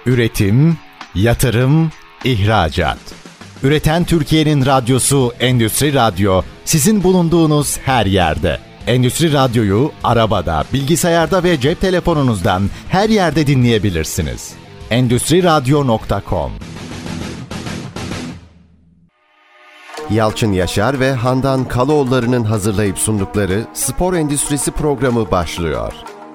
Üretim, yatırım, ihracat. Üreten Türkiye'nin radyosu Endüstri Radyo, sizin bulunduğunuz her yerde. Endüstri Radyo'yu arabada, bilgisayarda ve cep telefonunuzdan her yerde dinleyebilirsiniz. Endüstriradyo.com. Yalçın Yaşar ve Handan Kaloğulları'nın hazırlayıp sundukları Spor Endüstrisi programı başlıyor.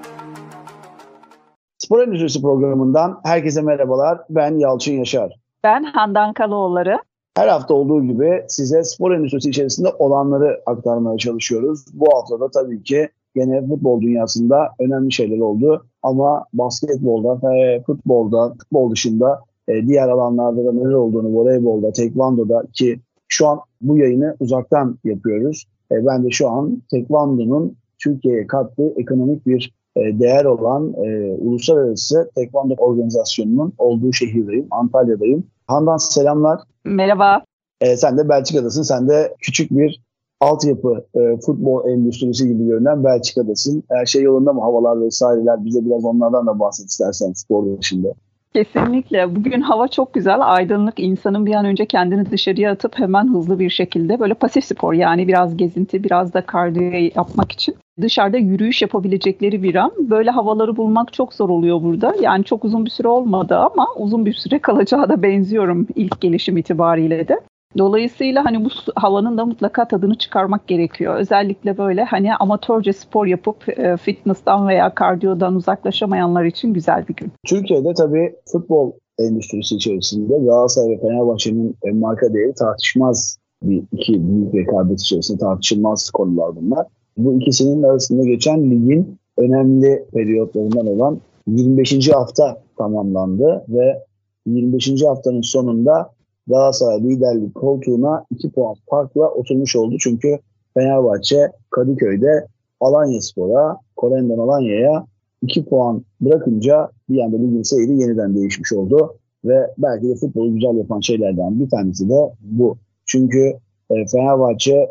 Spor Endüstrisi programından herkese merhabalar. Ben Yalçın Yaşar. Ben Handan Kaloğulları. Her hafta olduğu gibi size spor endüstrisi içerisinde olanları aktarmaya çalışıyoruz. Bu hafta da tabii ki gene futbol dünyasında önemli şeyler oldu. Ama basketbolda, futbol dışında diğer alanlarda da neler olduğunu, voleybolda, tekvandoda ki şu an bu yayını uzaktan yapıyoruz. Ben de şu an tekvandonun Türkiye'ye kattığı ekonomik bir değer olan Uluslararası Tekvando Organizasyonu'nun olduğu şehirdeyim, Antalya'dayım. Handan selamlar. Merhaba. Sen de Belçika'dasın. Sen de küçük bir altyapı futbol endüstrisi gibi görünen Belçika'dasın. Her şey yolunda mı? Havalar vesaireler. Bize biraz onlardan da bahset istersen spor dışında. Kesinlikle. Bugün hava çok güzel, aydınlık. İnsanın bir an önce kendini dışarıya atıp hemen hızlı bir şekilde böyle pasif spor, yani biraz gezinti, biraz da kardiyo yapmak için dışarıda yürüyüş yapabilecekleri bir an. Böyle havaları bulmak çok zor oluyor burada. Yani çok uzun bir süre olmadı ama uzun bir süre kalacağı da benziyorum ilk gelişim itibariyle de. Dolayısıyla hani bu havanın da mutlaka tadını çıkarmak gerekiyor. Özellikle böyle hani amatörce spor yapıp fitness'tan veya kardiyodan uzaklaşamayanlar için güzel bir gün. Türkiye'de tabii futbol endüstrisi içerisinde Galatasaray ve Fenerbahçe'nin marka değeri tartışmaz, iki büyük rekabet içerisinde tartışılmaz konular bunlar. Bu ikisinin arasında geçen ligin önemli periyotlarından olan 25. hafta tamamlandı ve 25. haftanın sonunda Galatasaray liderlik koltuğuna 2 puan farkla oturmuş oldu. Çünkü Fenerbahçe Kadıköy'de Alanyaspor'a, Koren'den Alanya'ya 2 puan bırakınca bir anda ligin seyri yeniden değişmiş oldu. Ve belki de futbolu güzel yapan şeylerden bir tanesi de bu. Çünkü Fenerbahçe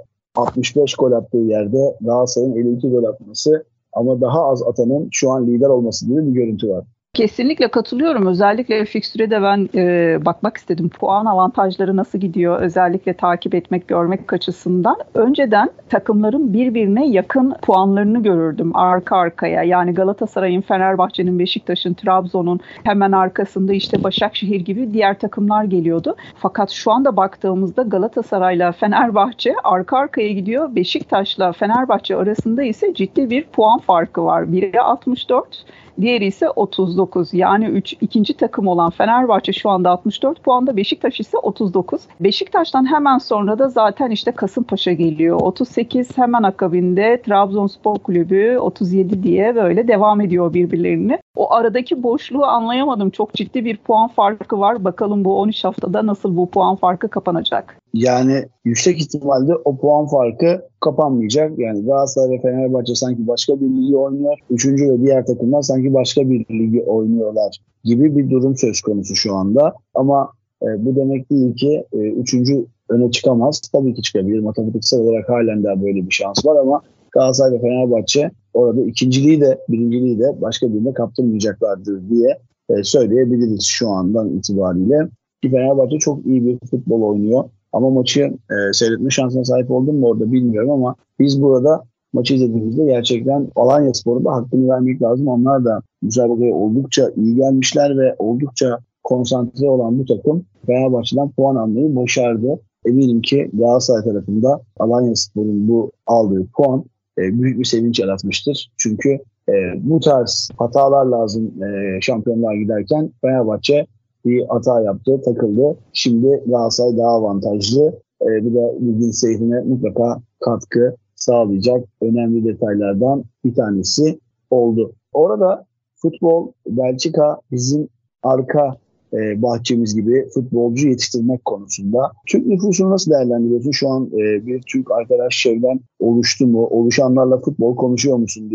65 gol attığı yerde Galatasaray'ın 52 gol atması ama daha az atanın şu an lider olması gibi bir görüntü var. Kesinlikle katılıyorum. Özellikle fikstüre de ben bakmak istedim. Puan avantajları nasıl gidiyor? Özellikle takip etmek, görmek açısından. Önceden takımların birbirine yakın puanlarını görürdüm arka arkaya. Yani Galatasaray'ın, Fenerbahçe'nin, Beşiktaş'ın, Trabzon'un hemen arkasında işte Başakşehir gibi diğer takımlar geliyordu. Fakat şu anda baktığımızda Galatasaray'la Fenerbahçe arka arkaya gidiyor. Beşiktaş'la Fenerbahçe arasında ise ciddi bir puan farkı var. Biri 64, diğeri ise 39. Yani ikinci takım olan Fenerbahçe şu anda 64 puanda, Beşiktaş ise 39. Beşiktaş'tan hemen sonra da zaten işte Kasımpaşa geliyor. 38, hemen akabinde Trabzonspor Kulübü 37 diye böyle devam ediyor birbirlerini. O aradaki boşluğu anlayamadım. Çok ciddi bir puan farkı var. Bakalım bu 13 haftada nasıl bu puan farkı kapanacak? Yani yüksek ihtimalle o puan farkı kapanmayacak. Yani Galatasaray ve Fenerbahçe sanki başka bir ligi oynuyor. Üçüncü ve diğer takımlar sanki başka bir ligi oynuyorlar gibi bir durum söz konusu şu anda. Ama bu demek değil ki üçüncü öne çıkamaz. Tabii ki çıkabilir. Matematiksel olarak halen daha böyle bir şans var ama Galatasaray ve Fenerbahçe orada ikinciliği de birinciliği de başka birine kaptırmayacaklardır diye söyleyebiliriz şu andan itibariyle. Ki Fenerbahçe çok iyi bir futbol oynuyor. Ama maçı seyretme şansına sahip oldum mu orada bilmiyorum ama biz burada maçı izlediğimizde gerçekten Alanyaspor'un da hakkını vermek lazım. Onlar da müsabakaya oldukça iyi gelmişler ve oldukça konsantre olan bu takım Fenerbahçe'den puan almayı başardı. Eminim ki Galatasaray tarafında Alanyaspor'un bu aldığı puan büyük bir sevinç yaratmıştır. Çünkü bu tarz hatalar lazım şampiyonlar giderken Fenerbahçe bir hata yaptı, takıldı. Şimdi Galatasaray daha avantajlı. Bu da ligin seyrine mutlaka katkı sağlayacak önemli detaylardan bir tanesi oldu. Orada futbol, Belçika bizim arka bahçemiz gibi futbolcu yetiştirmek konusunda. Türk nüfusunu nasıl değerlendiriyorsun? Şu an bir Türk arkadaş çevren oluştu mu? Oluşanlarla futbol konuşuyor musun diye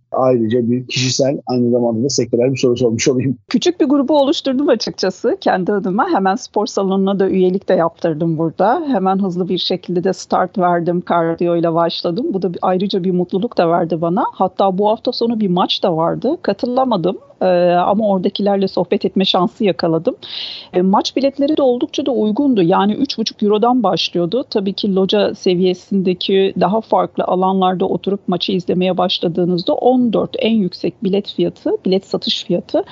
ayrıca bir kişisel, aynı zamanda da sektörel bir soru sormuş olayım. Küçük bir grubu oluşturdum açıkçası kendi adıma. Hemen spor salonuna da üyelik de yaptırdım burada. Hemen hızlı bir şekilde de start verdim. Kardiyo ile başladım. Bu da ayrıca bir mutluluk da verdi bana. Hatta bu hafta sonu bir maç da vardı. Katılamadım. Ama oradakilerle sohbet etme şansı yakaladım. Maç biletleri de oldukça da uygundu. Yani 3,5 Euro'dan başlıyordu. Tabii ki loca seviyesindeki daha farklı alanlarda oturup maçı izlemeye başladığınızda 14 en yüksek bilet satış fiyatı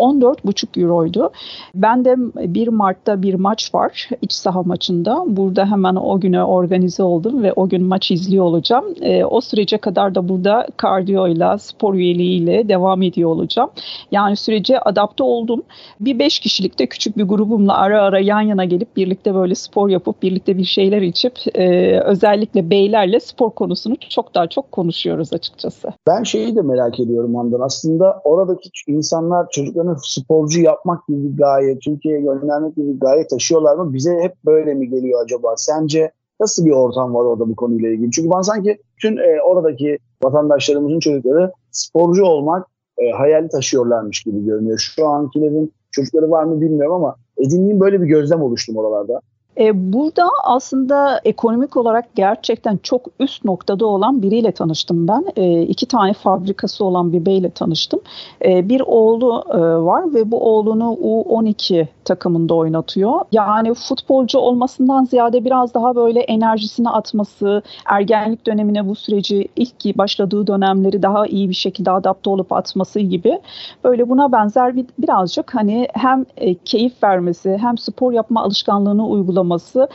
14,5 Euro'ydu. Ben de 1 Mart'ta bir maç var. İç saha maçında. Burada hemen o güne organize oldum ve o gün maç izliyor olacağım. O sürece kadar da burada kardiyoyla, spor üyeliğiyle devam ediyor olacağım. Yani sürece adapte oldum. Bir 5 kişilik de küçük bir grubumla ara ara yan yana gelip birlikte böyle spor yapıp birlikte bir şeyler içip özellikle beylerle spor konusunu çok daha çok konuşuyoruz açıkçası. Ben şeyi de merak ediyorum Handan. Aslında oradaki insanlar çocuklarını sporcu yapmak gibi bir gaye, Türkiye'ye göndermek gibi bir gaye taşıyorlar mı? Bize hep böyle mi geliyor acaba? Sence nasıl bir ortam var orada bu konuyla ilgili? Çünkü bana sanki bütün oradaki vatandaşlarımızın çocukları sporcu olmak hayali taşıyorlarmış gibi görünüyor. Şu ankilerin çocukları var mı bilmiyorum ama edindiğim böyle bir gözlem oluştum oralarda. Burada aslında ekonomik olarak gerçekten çok üst noktada olan biriyle tanıştım ben. 2 tane fabrikası olan bir beyle tanıştım. Bir oğlu var ve bu oğlunu U12 takımında oynatıyor. Yani futbolcu olmasından ziyade biraz daha böyle enerjisini atması, ergenlik dönemine bu süreci ilk başladığı dönemleri daha iyi bir şekilde adapte olup atması gibi. Böyle buna benzer birazcık hani hem keyif vermesi hem spor yapma alışkanlığını uygulaması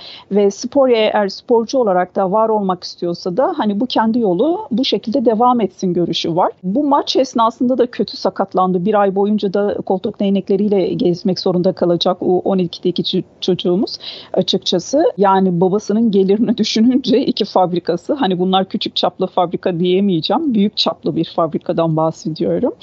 ve eğer sporcu olarak da var olmak istiyorsa da hani bu kendi yolu bu şekilde devam etsin görüşü var. Bu maç esnasında da kötü sakatlandı. 1 ay boyunca da koltuk değnekleriyle gezmek zorunda kalacak o 12'deki çocuğumuz açıkçası. Yani babasının gelirini düşününce 2 fabrikası, hani bunlar küçük çaplı fabrika diyemeyeceğim. Büyük çaplı bir fabrikadan bahsediyorum.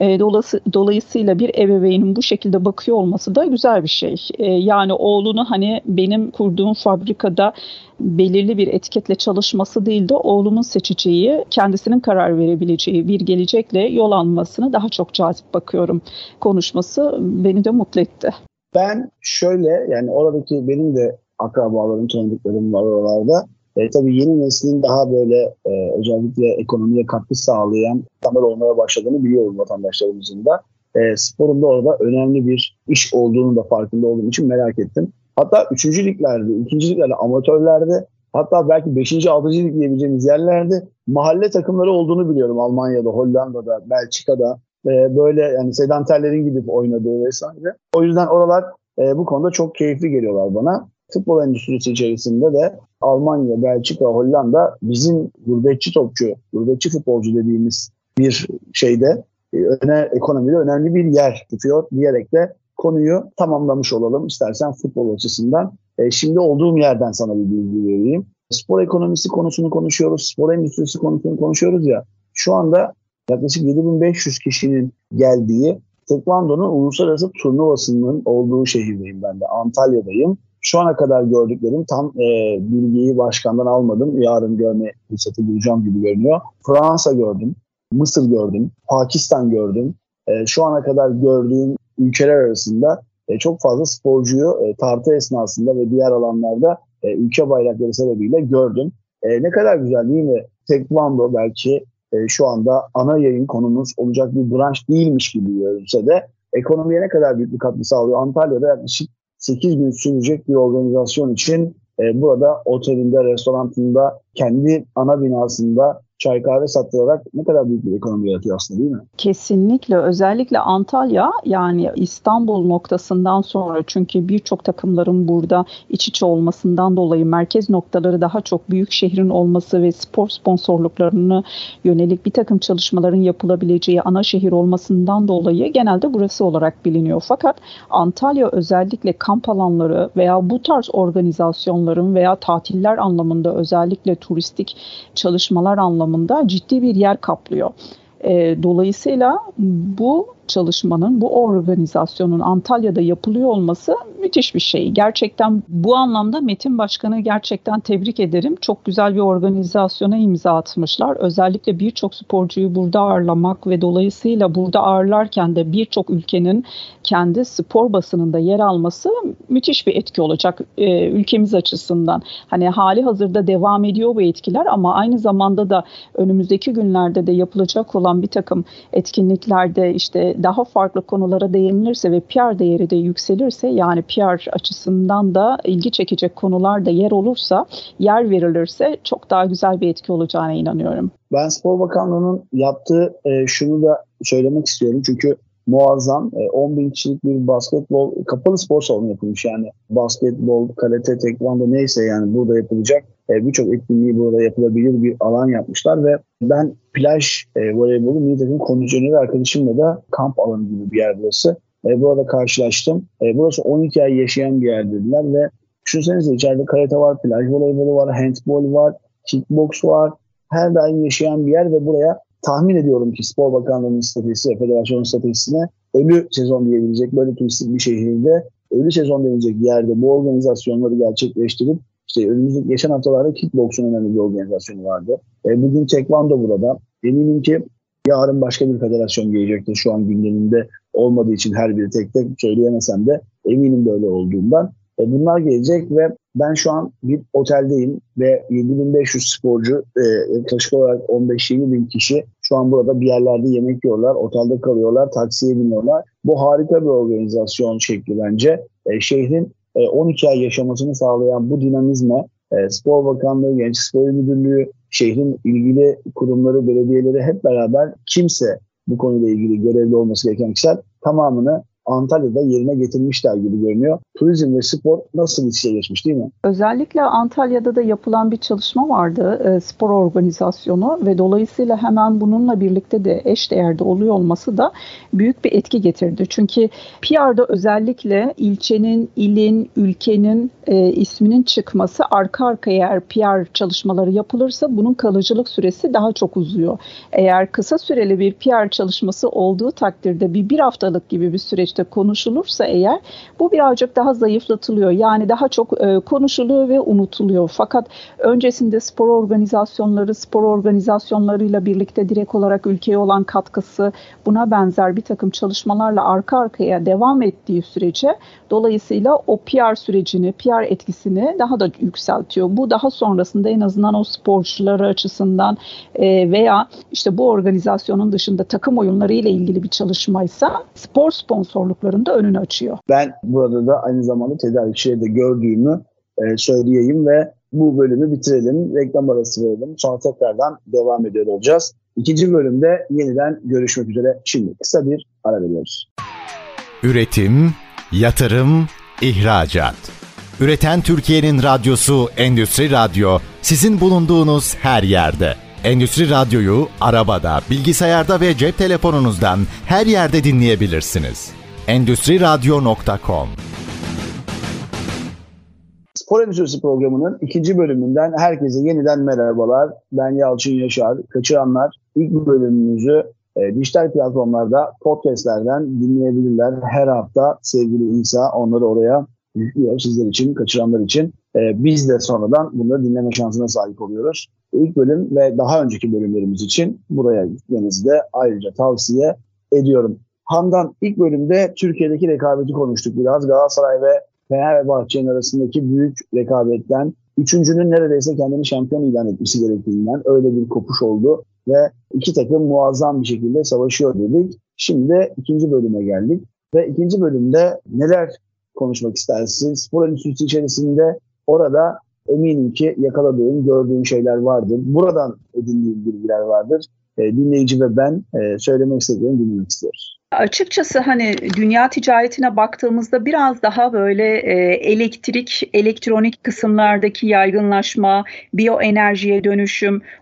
Dolayısıyla bir ebeveynin bu şekilde bakıyor olması da güzel bir şey. Yani oğlunu hani benim kurduğum fabrikada belirli bir etiketle çalışması değil de oğlumun seçeceği, kendisinin karar verebileceği bir gelecekle yol almasını daha çok cazip bakıyorum. Konuşması beni de mutlu etti. Ben şöyle, yani oradaki benim de akrabalarım, tanıdıklarım var oralarda. Tabii yeni neslin daha böyle özellikle ekonomiye katkı sağlayan insanlar olmaya başladığını biliyorum vatandaşlarımızın da. Sporun da orada önemli bir iş olduğunu da farkında olduğum için merak ettim. Hatta 3. liglerde, 2. liglerde, amatörlerde, hatta belki 5. 6. lig diyebileceğimiz yerlerde mahalle takımları olduğunu biliyorum. Almanya'da, Hollanda'da, Belçika'da böyle yani sedanterlerin gidip oynadığı vesaire. O yüzden oralar bu konuda çok keyifli geliyorlar bana. Futbol endüstrisi içerisinde de Almanya, Belçika, Hollanda bizim gurbetçi futbolcu dediğimiz bir şeyde ekonomide önemli bir yer tutuyor diyerek de konuyu tamamlamış olalım. İstersen futbol açısından. Şimdi olduğum yerden sana bir bilgi vereyim. Spor ekonomisi konusunu konuşuyoruz, spor endüstrisi konusunu konuşuyoruz ya. Şu anda yaklaşık 7500 kişinin geldiği Tekvando'nun uluslararası turnuvasının olduğu şehirdeyim ben de. Antalya'dayım. Şu ana kadar gördüklerim tam bilgiyi başkandan almadım. Yarın görme fırsatı bulacağım gibi görünüyor. Fransa gördüm, Mısır gördüm, Pakistan gördüm. Şu ana kadar gördüğüm ülkeler arasında çok fazla sporcuyu tartı esnasında ve diğer alanlarda ülke bayrakları sebebiyle gördüm. Ne kadar güzel değil mi? Tekvando belki şu anda ana yayın konumuz olacak bir branş değilmiş gibi görünse de ekonomiye ne kadar büyük bir katkı sağlıyor. Antalya'da yaklaşık 8 gün sürecek bir organizasyon için burada otelinde, restoranında, kendi ana binasında çay kahve sattırarak ne kadar büyük bir ekonomi yaratıyor aslında, değil mi? Kesinlikle. Özellikle Antalya, yani İstanbul noktasından sonra, çünkü birçok takımların burada iç içe olmasından dolayı merkez noktaları daha çok büyük şehrin olması ve spor sponsorluklarına yönelik bir takım çalışmaların yapılabileceği ana şehir olmasından dolayı genelde burası olarak biliniyor. Fakat Antalya özellikle kamp alanları veya bu tarz organizasyonların veya tatiller anlamında, özellikle turistik çalışmalar anlamında ciddi bir yer kaplıyor. Dolayısıyla bu çalışmanın, bu organizasyonun Antalya'da yapılıyor olması müthiş bir şey. Gerçekten bu anlamda Metin Başkan'ı gerçekten tebrik ederim. Çok güzel bir organizasyona imza atmışlar. Özellikle birçok sporcuyu burada ağırlamak ve dolayısıyla burada ağırlarken de birçok ülkenin kendi spor basınında yer alması müthiş bir etki olacak ülkemiz açısından. Hani hali hazırda devam ediyor bu etkiler ama aynı zamanda da önümüzdeki günlerde de yapılacak olan bir takım etkinliklerde işte daha farklı konulara değinilirse ve PR değeri de yükselirse, yani PR açısından da ilgi çekecek konular da yer verilirse çok daha güzel bir etki olacağına inanıyorum. Ben Spor Bakanlığı'nın yaptığı şunu da söylemek istiyorum. Çünkü muazzam 10.000 kişilik bir basketbol kapalı spor salonu yapılmış. Yani basketbol, karate, tekvando neyse yani burada yapılacak birçok etkinliği burada yapılabilir bir alan yapmışlar ve ben plaj voleybolu milli takım kondisyoneri arkadaşımla da kamp alanı gibi bir yer burası. Burada karşılaştım. Burası 12 ay yaşayan bir yer dediler ve düşünsenize içeride karate var, plaj voleybolu var, handball var, kickbox var. Her daim yaşayan bir yer ve buraya tahmin ediyorum ki Spor Bakanlığı'nın stratejisi ve federasyonun stratejisine ölü sezon diyebilecek böyle turistik bir şehirde ölü sezon denilecek yerde bu organizasyonları gerçekleştirip işte önümüzdeki geçen haftalarda kickbox'un önemli bir organizasyonu vardı. Bugün tekvando burada. Eminim ki yarın başka bir federasyon gelecektir. Şu an gündeminde olmadığı için her biri tek tek söyleyemesem de eminim böyle olduğundan. Bunlar gelecek ve ben şu an bir oteldeyim ve 7.500 sporcu, yaklaşık olarak 15-20 bin kişi şu an burada bir yerlerde yemek yiyorlar, otelde kalıyorlar, taksiye biniyorlar. Bu harika bir organizasyon şekli bence. Şehrin 12 ay yaşamasını sağlayan bu dinamizme Spor Bakanlığı, Gençlik Spor Müdürlüğü, şehrin ilgili kurumları, belediyeleri hep beraber kimse bu konuyla ilgili görevli olması gereken kişiler tamamını Antalya'da yerine getirmişler gibi görünüyor. Turizm ve spor nasıl iç içe geçmiş değil mi? Özellikle Antalya'da da yapılan bir çalışma vardı, spor organizasyonu ve dolayısıyla hemen bununla birlikte de eşdeğerde oluyor olması da büyük bir etki getirdi. Çünkü PR'da özellikle ilçenin, ilin, ülkenin isminin çıkması arka arkaya eğer PR çalışmaları yapılırsa bunun kalıcılık süresi daha çok uzuyor. Eğer kısa süreli bir PR çalışması olduğu takdirde bir haftalık gibi bir süreçte konuşulursa eğer bu birazcık daha zayıflatılıyor. Yani daha çok konuşuluyor ve unutuluyor. Fakat öncesinde spor organizasyonlarıyla birlikte direkt olarak ülkeye olan katkısı buna benzer bir takım çalışmalarla arka arkaya devam ettiği sürece dolayısıyla o PR sürecini, PR etkisini daha da yükseltiyor. Bu daha sonrasında en azından o sporcuları açısından veya işte bu organizasyonun dışında takım oyunları ile ilgili bir çalışmaysa spor sponsorluklarının da önünü açıyor. Ben burada da aynı zamanda tedarikçileri de gördüğümü söyleyeyim ve bu bölümü bitirelim. Reklam arası verelim. Sonra tekrardan devam ediyor olacağız. İkinci bölümde yeniden görüşmek üzere. Şimdi kısa bir ara veriyoruz. Üretim, yatırım, ihracat. Üreten Türkiye'nin radyosu Endüstri Radyo sizin bulunduğunuz her yerde. Endüstri Radyo'yu arabada, bilgisayarda ve cep telefonunuzdan her yerde dinleyebilirsiniz. Endüstriradyo.com. Spor Endüstrisi programının ikinci bölümünden herkese yeniden merhabalar. Ben Yalçın Yaşar. Kaçıranlar ilk bölümümüzü dijital platformlarda podcastlerden dinleyebilirler. Her hafta sevgili İsa onları oraya yüklüyor sizler için, kaçıranlar için. Biz de sonradan bunları dinleme şansına sahip oluyoruz. İlk bölüm ve daha önceki bölümlerimiz için buraya gitmenizi de ayrıca tavsiye ediyorum. Handan, ilk bölümde Türkiye'deki rekabeti konuştuk biraz. Galatasaray ve Fenerbahçe'nin arasındaki büyük rekabetten, üçüncünün neredeyse kendini şampiyon ilan etmesi gerektiğinden öyle bir kopuş oldu ve iki takım muazzam bir şekilde savaşıyor dedik. Şimdi ikinci bölüme geldik ve ikinci bölümde neler konuşmak istersin? Spor endüstrisi içerisinde orada eminim ki yakaladığın, gördüğün şeyler vardır. Buradan edindiğin bilgiler vardır. Dinleyici ve ben söylemek istediğimi dinlemek istiyoruz. Açıkçası hani dünya ticaretine baktığımızda biraz daha böyle elektronik kısımlardaki yaygınlaşma, biyoenerjiye dönüşüm,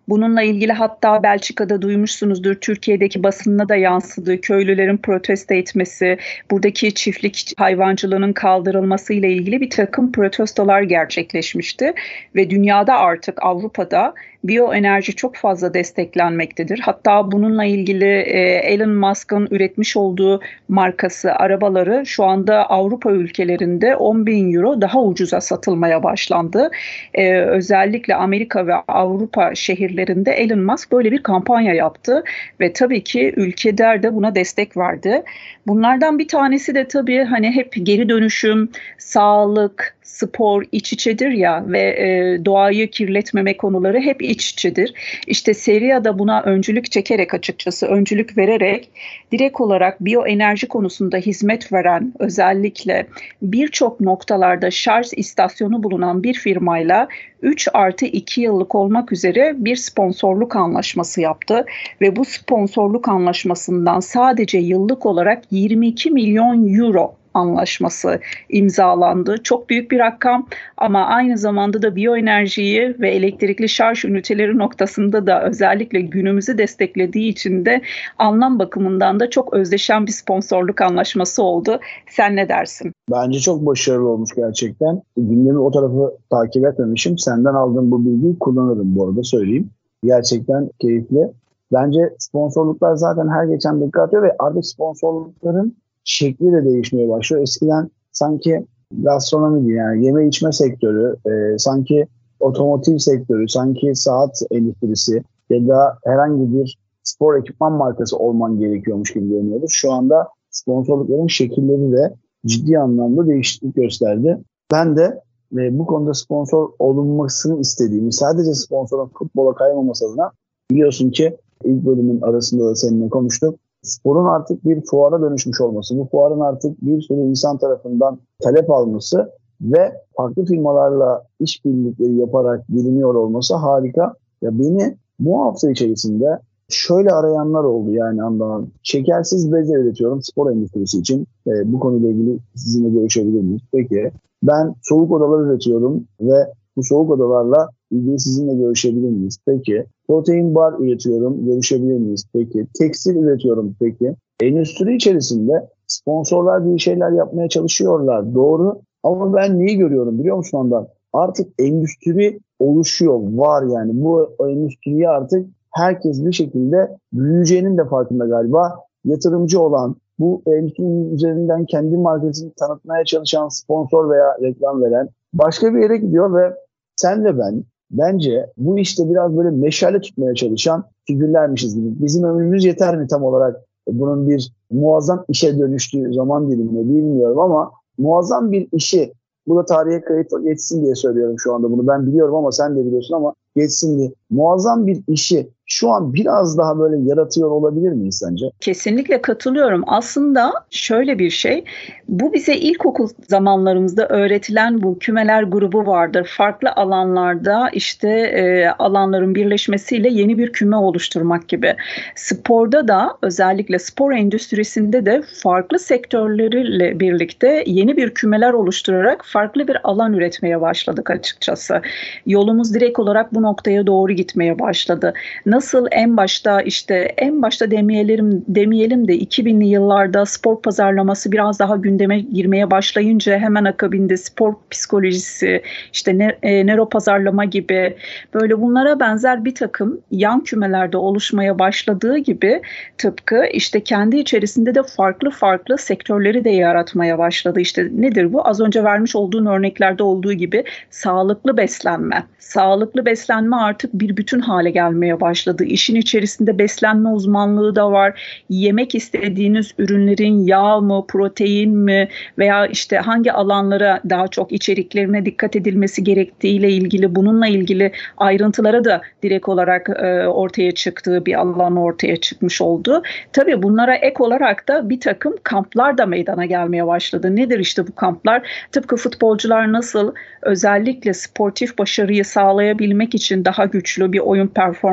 Bununla ilgili hatta Belçika'da duymuşsunuzdur, Türkiye'deki basınına da yansıdı. Köylülerin protesto etmesi, buradaki çiftlik hayvancılığının kaldırılması ile ilgili bir takım protestolar gerçekleşmişti. Ve dünyada artık Avrupa'da biyoenerji çok fazla desteklenmektedir. Hatta bununla ilgili Elon Musk'ın üretmiş olduğu markası arabaları şu anda Avrupa ülkelerinde 10.000 euro daha ucuza satılmaya başlandı. Özellikle Amerika ve Avrupa şehirlerinde Elon Musk böyle bir kampanya yaptı ve tabii ki ülkeler de buna destek verdi. Bunlardan bir tanesi de tabii hani hep geri dönüşüm, sağlık, spor iç içedir ya ve doğayı kirletmeme konuları hep iç içedir. İşte Seria da buna öncülük çekerek, açıkçası öncülük vererek direkt olarak biyoenerji konusunda hizmet veren, özellikle birçok noktalarda şarj istasyonu bulunan bir firmayla 3+2 yıllık olmak üzere bir sponsorluk anlaşması yaptı ve bu sponsorluk anlaşmasından sadece yıllık olarak 22 milyon euro anlaşması imzalandı. Çok büyük bir rakam ama aynı zamanda da biyoenerjiyi ve elektrikli şarj üniteleri noktasında da özellikle günümüzü desteklediği için de anlam bakımından da çok özdeşen bir sponsorluk anlaşması oldu. Sen ne dersin? Bence çok başarılı olmuş gerçekten. Gündemi o tarafı takip etmemişim. Senden aldığım bu bilgiyi kullanırım bu arada, söyleyeyim. Gerçekten keyifli. Bence sponsorluklar zaten her geçen dakika atıyor ve artık sponsorlukların şekli de değişmeye başlıyor. Eskiden sanki gastronomi, yani yeme içme sektörü, sanki otomotiv sektörü, sanki saat endüstrisi ya da herhangi bir spor ekipman markası olman gerekiyormuş gibi görünüyordu. Şu anda sponsorlukların şekilleri de ciddi anlamda değişiklik gösterdi. Ben de bu konuda sponsor olunmasını istediğimi, sadece sponsorun futbola kaymaması adına, biliyorsun ki ilk bölümün arasında da seninle konuştuk. Sporun artık bir fuara dönüşmüş olması, bu fuarın artık bir sürü insan tarafından talep alması ve farklı firmalarla işbirlikleri yaparak biliniyor olması harika. Ya beni bu hafta içerisinde şöyle arayanlar oldu, yani anlamam. Şekersiz bez üretiyorum spor endüstrisi için. Bu konuyla ilgili sizinle görüşebilir miyiz? Peki. Ben soğuk odalar üretiyorum ve bu soğuk odalarla ilgili sizinle görüşebilir miyiz? Peki. Protein bar üretiyorum, görüşebilir miyiz? Peki. Tekstil üretiyorum, peki. Endüstri içerisinde sponsorlar bir şeyler yapmaya çalışıyorlar, doğru. Ama ben neyi görüyorum biliyor musun ondan? Artık endüstri oluşuyor, var yani. Bu endüstriyi artık herkes bir şekilde büyüyeceğinin de farkında galiba. Yatırımcı olan, bu endüstrinin üzerinden kendi markasını tanıtmaya çalışan, sponsor veya reklam veren başka bir yere gidiyor ve sen de ben, bence bu işte biraz böyle meşale tutmaya çalışan figürlermişiz gibi. Bizim ömrümüz yeter mi tam olarak bunun bir muazzam işe dönüştüğü zaman dilimine, bilmiyorum ama muazzam bir işi, bu da tarihe kayıt geçsin diye söylüyorum şu anda bunu. Ben biliyorum ama sen de biliyorsun ama geçsin diye. Muazzam bir işi şu an biraz daha böyle yaratıyor olabilir miyiz sence? Kesinlikle katılıyorum. Aslında şöyle bir şey, bu bize ilkokul zamanlarımızda öğretilen bu kümeler grubu vardır. Farklı alanlarda işte alanların birleşmesiyle yeni bir küme oluşturmak gibi. Sporda da, özellikle spor endüstrisinde de farklı sektörleriyle birlikte yeni bir kümeler oluşturarak farklı bir alan üretmeye başladık açıkçası. Yolumuz direkt olarak bu noktaya doğru gitmeye başladı. Nasıl en başta demeyelim de 2000'li yıllarda spor pazarlaması biraz daha gündeme girmeye başlayınca hemen akabinde spor psikolojisi, işte nöro pazarlama gibi böyle bunlara benzer bir takım yan kümelerde oluşmaya başladığı gibi, tıpkı işte kendi içerisinde de farklı sektörleri de yaratmaya başladı. İşte nedir bu? Az önce vermiş olduğun örneklerde olduğu gibi sağlıklı beslenme. Sağlıklı beslenme artık bir bütün hale gelmeye başladı. İşin içerisinde beslenme uzmanlığı da var. Yemek istediğiniz ürünlerin yağ mı, protein mi veya işte hangi alanlara daha çok içeriklerine dikkat edilmesi gerektiğiyle ilgili, bununla ilgili ayrıntılara da direkt olarak ortaya çıktığı bir alan ortaya çıkmış oldu. Tabii bunlara ek olarak da bir takım kamplar da meydana gelmeye başladı. Nedir işte bu kamplar? Tıpkı futbolcular nasıl özellikle sportif başarıyı sağlayabilmek için daha güçlü bir oyun performansı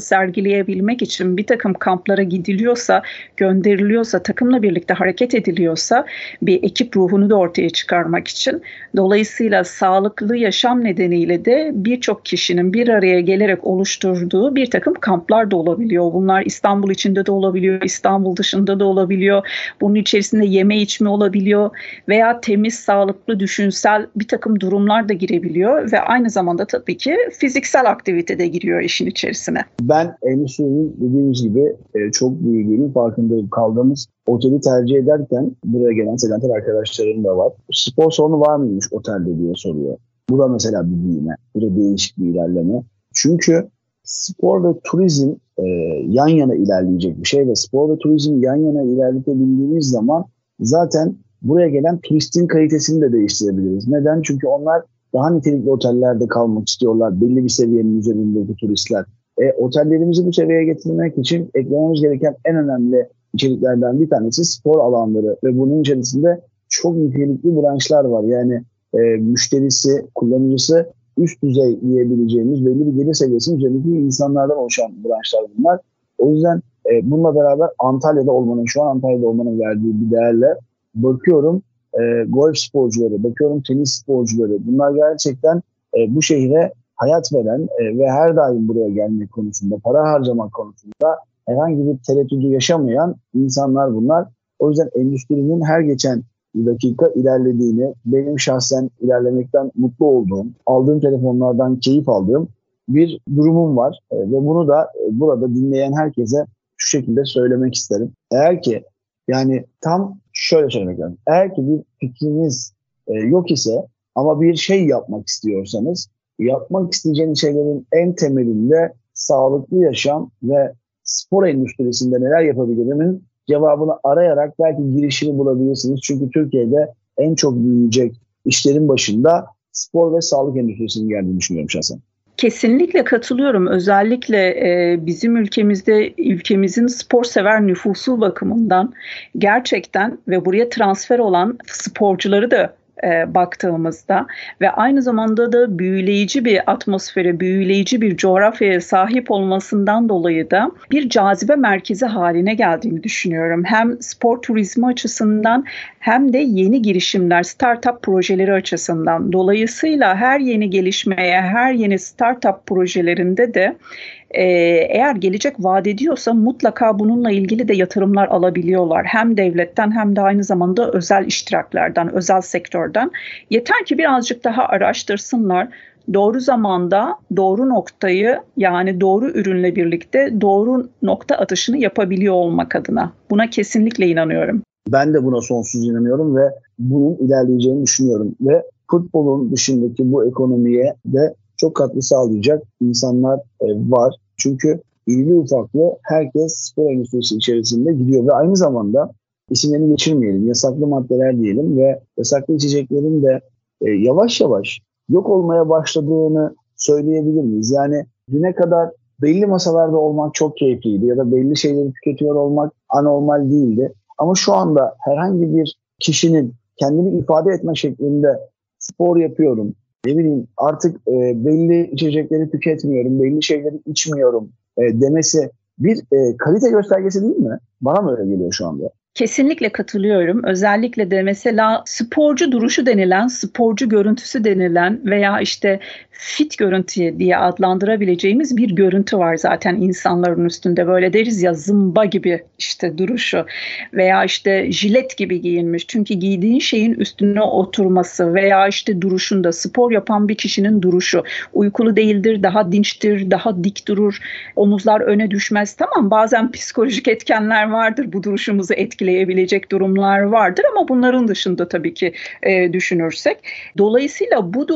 sergileyebilmek için bir takım kamplara gidiliyorsa, gönderiliyorsa, takımla birlikte hareket ediliyorsa bir ekip ruhunu da ortaya çıkarmak için. Dolayısıyla sağlıklı yaşam nedeniyle de birçok kişinin bir araya gelerek oluşturduğu bir takım kamplar da olabiliyor. Bunlar İstanbul içinde de olabiliyor, İstanbul dışında da olabiliyor. Bunun içerisinde yeme içme olabiliyor veya temiz, sağlıklı, düşünsel bir takım durumlar da girebiliyor ve aynı zamanda tabii ki fiziksel aktivite de giriyor işin içerisine. Ben endüstrinin dediğimiz gibi çok büyüdüğünün farkındayım. Kaldığımız oteli tercih ederken buraya gelen sedenter arkadaşlarım da var. Spor salonu var mıymış otelde diye soruyor. Bu da mesela bir büyüme. Bu da değişik bir ilerleme. Çünkü spor ve turizm yan yana ilerleyecek bir şey ve spor ve turizm yan yana ilerletebildiğimiz zaman zaten buraya gelen turistin kalitesini de değiştirebiliriz. Neden? Çünkü onlar daha nitelikli otellerde kalmak istiyorlar. Belli bir seviyenin üzerindeki turistler. Otellerimizi bu seviyeye getirmek için eklememiz gereken en önemli içeriklerden bir tanesi spor alanları ve bunun içerisinde çok nitelikli branşlar var. Yani müşterisi, kullanıcısı üst düzey diyebileceğimiz belli bir gelir seviyesinin üzerindeki insanlardan oluşan branşlar bunlar. O yüzden bununla beraber şu an Antalya'da olmanın verdiği bir değerle bakıyorum golf sporcuları, bakıyorum tenis sporcuları. Bunlar gerçekten bu şehre hayat veren ve her daim buraya gelmek konusunda, para harcamak konusunda herhangi bir tereddütü yaşamayan insanlar bunlar. O yüzden endüstrinin her geçen dakika ilerlediğini, benim şahsen ilerlemekten mutlu olduğum, aldığım telefonlardan keyif aldığım bir durumum var. Ve bunu da burada dinleyen herkese şu şekilde söylemek isterim. Eğer ki tam şöyle söylemek lazım. Eğer ki bir fikriniz yok ise ama bir şey yapmak istiyorsanız, yapmak isteyeceğiniz şeylerin en temelinde sağlıklı yaşam ve spor endüstrisinde neler yapabilirimin cevabını arayarak belki girişimi bulabilirsiniz. Çünkü Türkiye'de en çok büyüyecek işlerin başında spor ve sağlık endüstrisinin geldiğini düşünüyorum şahsen. Kesinlikle katılıyorum. Özellikle bizim ülkemizin spor sever nüfusu bakımından gerçekten ve buraya transfer olan sporcuları da baktığımızda ve aynı zamanda da büyüleyici bir atmosfere, büyüleyici bir coğrafyaya sahip olmasından dolayı da bir cazibe merkezi haline geldiğini düşünüyorum. Hem spor turizmi açısından hem de yeni girişimler, startup projeleri açısından. Dolayısıyla her yeni gelişmeye, her yeni startup projelerinde de eğer gelecek vaat ediyorsa mutlaka bununla ilgili de yatırımlar alabiliyorlar. Hem devletten hem de aynı zamanda özel iştiraklerden, özel sektörden. Yeter ki birazcık daha araştırsınlar. Doğru zamanda doğru noktayı, yani doğru ürünle birlikte doğru nokta atışını yapabiliyor olmak adına. Buna kesinlikle inanıyorum. Ben de buna sonsuz inanıyorum ve bunun ilerleyeceğini düşünüyorum. Ve futbolun dışındaki bu ekonomiye de çok katkı sağlayacak insanlar var. Çünkü irili ufaklı herkes spor endüstrisi içerisinde gidiyor ve aynı zamanda isimlerini geçirmeyelim, yasaklı maddeler diyelim ve yasaklı içeceklerin de yavaş yavaş yok olmaya başladığını söyleyebilir miyiz? Yani düne kadar belli masalarda olmak çok keyifliydi ya da belli şeyleri tüketiyor olmak anormal değildi. Ama şu anda herhangi bir kişinin kendini ifade etme şeklinde spor yapıyorum, artık belli içecekleri tüketmiyorum, belli şeyleri içmiyorum demesi bir kalite göstergesi değil mi? Bana mı öyle geliyor şu anda? Kesinlikle katılıyorum. Özellikle de mesela sporcu duruşu denilen, sporcu görüntüsü denilen veya işte fit görüntü diye adlandırabileceğimiz bir görüntü var zaten insanların üstünde. Böyle deriz ya, zımba gibi işte duruşu veya işte jilet gibi giyinmiş. Çünkü giydiğin şeyin üstüne oturması veya işte duruşunda, spor yapan bir kişinin duruşu uykulu değildir, daha dinçtir, daha dik durur, omuzlar öne düşmez. Tamam, bazen psikolojik etkenler vardır, bu duruşumuzu etkileyebilecek durumlar vardır ama bunların dışında tabii ki düşünürsek. Dolayısıyla bu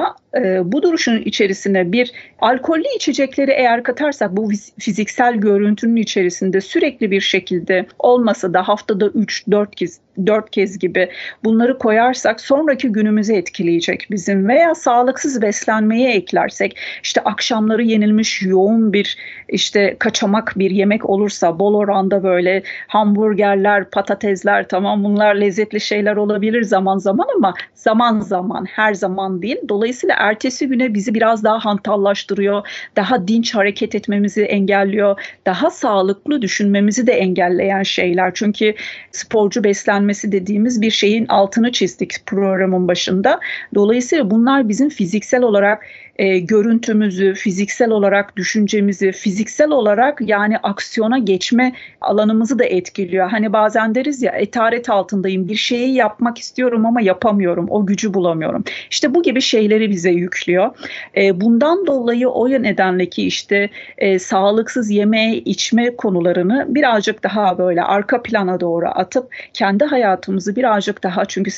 duruşun içerisine bir alkollü içecekleri eğer katarsak, bu fiziksel görüntünün içerisinde sürekli bir şekilde olmasa da haftada 3-4 kez gibi bunları koyarsak sonraki günümüzü etkileyecek bizim. Veya sağlıksız beslenmeye eklersek, işte akşamları yenilmiş yoğun bir işte kaçamak bir yemek olursa, bol oranda böyle hamburgerler, biberler, patatesler, tamam bunlar lezzetli şeyler olabilir zaman zaman ama zaman zaman, her zaman değil. Dolayısıyla ertesi güne bizi biraz daha hantallaştırıyor, daha dinç hareket etmemizi engelliyor, daha sağlıklı düşünmemizi de engelleyen şeyler. Çünkü sporcu beslenmesi dediğimiz bir şeyin altını çizdik programın başında. Dolayısıyla bunlar bizim fiziksel olarak görüntümüzü, fiziksel olarak düşüncemizi, fiziksel olarak yani aksiyona geçme alanımızı da etkiliyor. Hani bazen deriz ya, etaret altındayım, bir şeyi yapmak istiyorum ama yapamıyorum, o gücü bulamıyorum. İşte bu gibi şeyleri bize yüklüyor. Bundan dolayı o nedenle ki işte sağlıksız yeme içme konularını birazcık daha böyle arka plana doğru atıp kendi hayatımızı birazcık daha, çünkü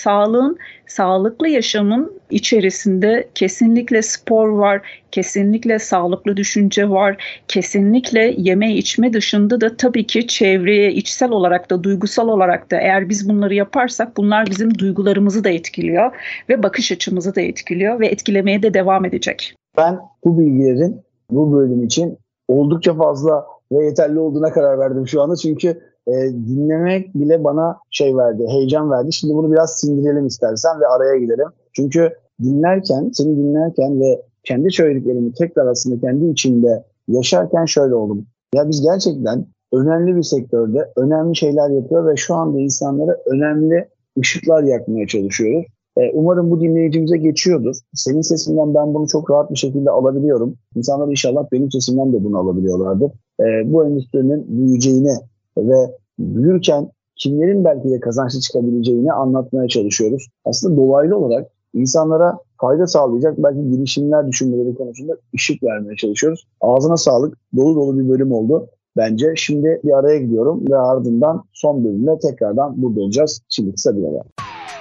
sağlıklı yaşamın içerisinde kesinlikle spor var, kesinlikle sağlıklı düşünce var, kesinlikle yeme içme dışında da tabii ki çevreye içsel olarak da duygusal olarak da eğer biz bunları yaparsak bunlar bizim duygularımızı da etkiliyor ve bakış açımızı da etkiliyor ve etkilemeye de devam edecek. Ben bu bilgilerin bu bölüm için oldukça fazla ve yeterli olduğuna karar verdim şu anda. Çünkü dinlemek bile bana heyecan verdi. Şimdi bunu biraz sindirelim istersen ve araya gidelim. Çünkü seni dinlerken ve kendi söylediklerimi tekrar aslında kendi içimde yaşarken şöyle oldum. Ya biz gerçekten önemli bir sektörde önemli şeyler yapıyor ve şu anda insanlara önemli ışıklar yakmaya çalışıyoruz. Umarım bu dinleyicimize geçiyordur. Senin sesinden ben bunu çok rahat bir şekilde alabiliyorum. İnsanlar inşallah benim sesimden de bunu alabiliyorlardır. Bu endüstrinin büyüyeceğini ve büyürken kimlerin belki de kazançlı çıkabileceğini anlatmaya çalışıyoruz. Aslında dolaylı olarak insanlara fayda sağlayacak belki girişimler düşünmeleri konusunda ışık vermeye çalışıyoruz. Ağzına sağlık. Dolu dolu bir bölüm oldu bence. Şimdi bir araya gidiyorum ve ardından son bölümde tekrardan burada olacağız. Şimdi kısa bir ara.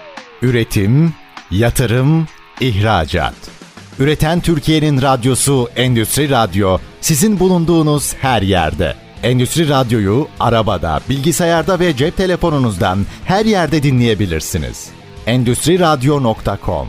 Üretim, yatırım, ihracat. Üreten Türkiye'nin radyosu Endüstri Radyo, sizin bulunduğunuz her yerde. Endüstri Radyo'yu arabada, bilgisayarda ve cep telefonunuzdan her yerde dinleyebilirsiniz. Endüstriradyo.com.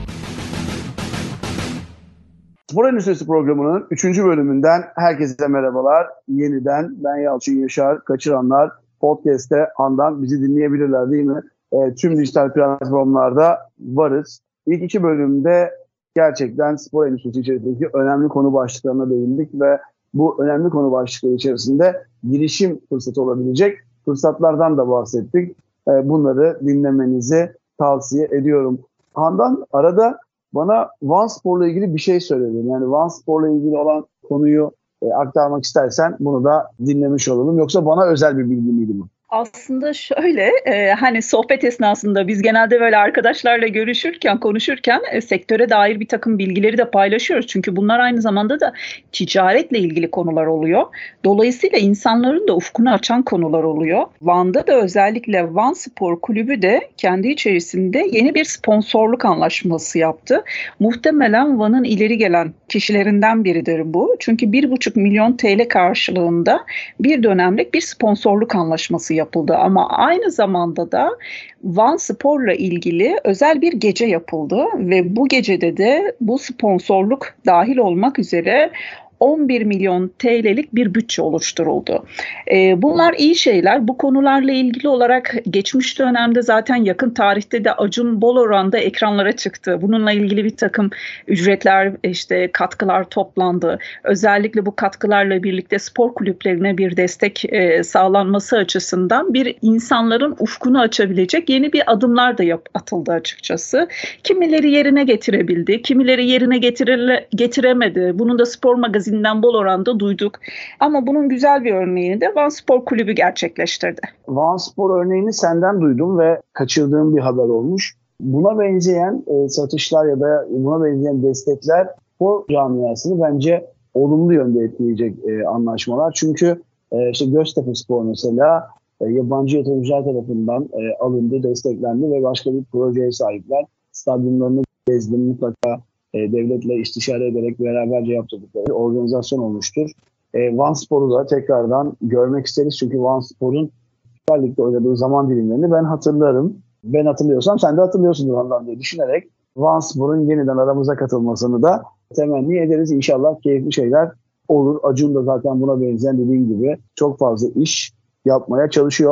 Spor Endüstrisi programının 3. bölümünden herkese merhabalar. Yeniden ben Yalçın Yaşar. Kaçıranlar podcast'te andan bizi dinleyebilirler değil mi? Tüm dijital platformlarda varız. İlk 2 bölümde gerçekten spor endüstrisi içerisindeki önemli konu başlıklarına değindik ve bu önemli konu başlıkları içerisinde girişim fırsatı olabilecek fırsatlardan da bahsettik. Bunları dinlemenizi tavsiye ediyorum. Handan arada bana OneSpor'la ilgili bir şey söyledin. Yani OneSpor'la ilgili olan konuyu aktarmak istersen bunu da dinlemiş olalım. Yoksa bana özel bir bilgi miydi bu? Aslında şöyle hani sohbet esnasında biz genelde böyle arkadaşlarla konuşurken sektöre dair bir takım bilgileri de paylaşıyoruz. Çünkü bunlar aynı zamanda da ticaretle ilgili konular oluyor. Dolayısıyla insanların da ufkunu açan konular oluyor. Van'da da özellikle Van Spor Kulübü de kendi içerisinde yeni bir sponsorluk anlaşması yaptı. Muhtemelen Van'ın ileri gelen kişilerinden biridir bu. Çünkü 1,5 milyon TL karşılığında bir dönemlik bir sponsorluk anlaşması yapıldı ama aynı zamanda da Van Spor'la ilgili özel bir gece yapıldı ve bu gecede de bu sponsorluk dahil olmak üzere 11 milyon TL'lik bir bütçe oluşturuldu. Bunlar iyi şeyler. Bu konularla ilgili olarak geçmiş dönemde zaten yakın tarihte de Acun bol oranda ekranlara çıktı. Bununla ilgili bir takım ücretler, katkılar toplandı. Özellikle bu katkılarla birlikte spor kulüplerine bir destek sağlanması açısından bir insanların ufkunu açabilecek yeni bir adımlar da atıldı açıkçası. Kimileri yerine getirebildi, kimileri yerine getiremedi. Bunun da Spor Magazin'den bol oranda duyduk. Ama bunun güzel bir örneğini de Van Spor Kulübü gerçekleştirdi. Van Spor örneğini senden duydum ve kaçırdığım bir haber olmuş. Buna benzeyen satışlar ya da buna benzeyen destekler spor camiasını bence olumlu yönde etkileyecek anlaşmalar. Çünkü Göztepe Spor mesela yabancı yatırımcılar tarafından alındı, desteklendi ve başka bir projeye sahipler. Stadyumlarını gezdi, mutlaka devletle istişare ederek beraberce yaptıkları bir organizasyon olmuştur. Van Spor'u da tekrardan görmek isteriz. Çünkü Van Spor'un Süper Lig'de oynadığı zaman dilimlerini ben hatırlarım. Ben hatırlıyorsam sen de hatırlıyorsundur ondan diye düşünerek Van Spor'un yeniden aramıza katılmasını da temenni ederiz. İnşallah keyifli şeyler olur. Acun da zaten buna benzeyen dediğim gibi çok fazla iş yapmaya çalışıyor.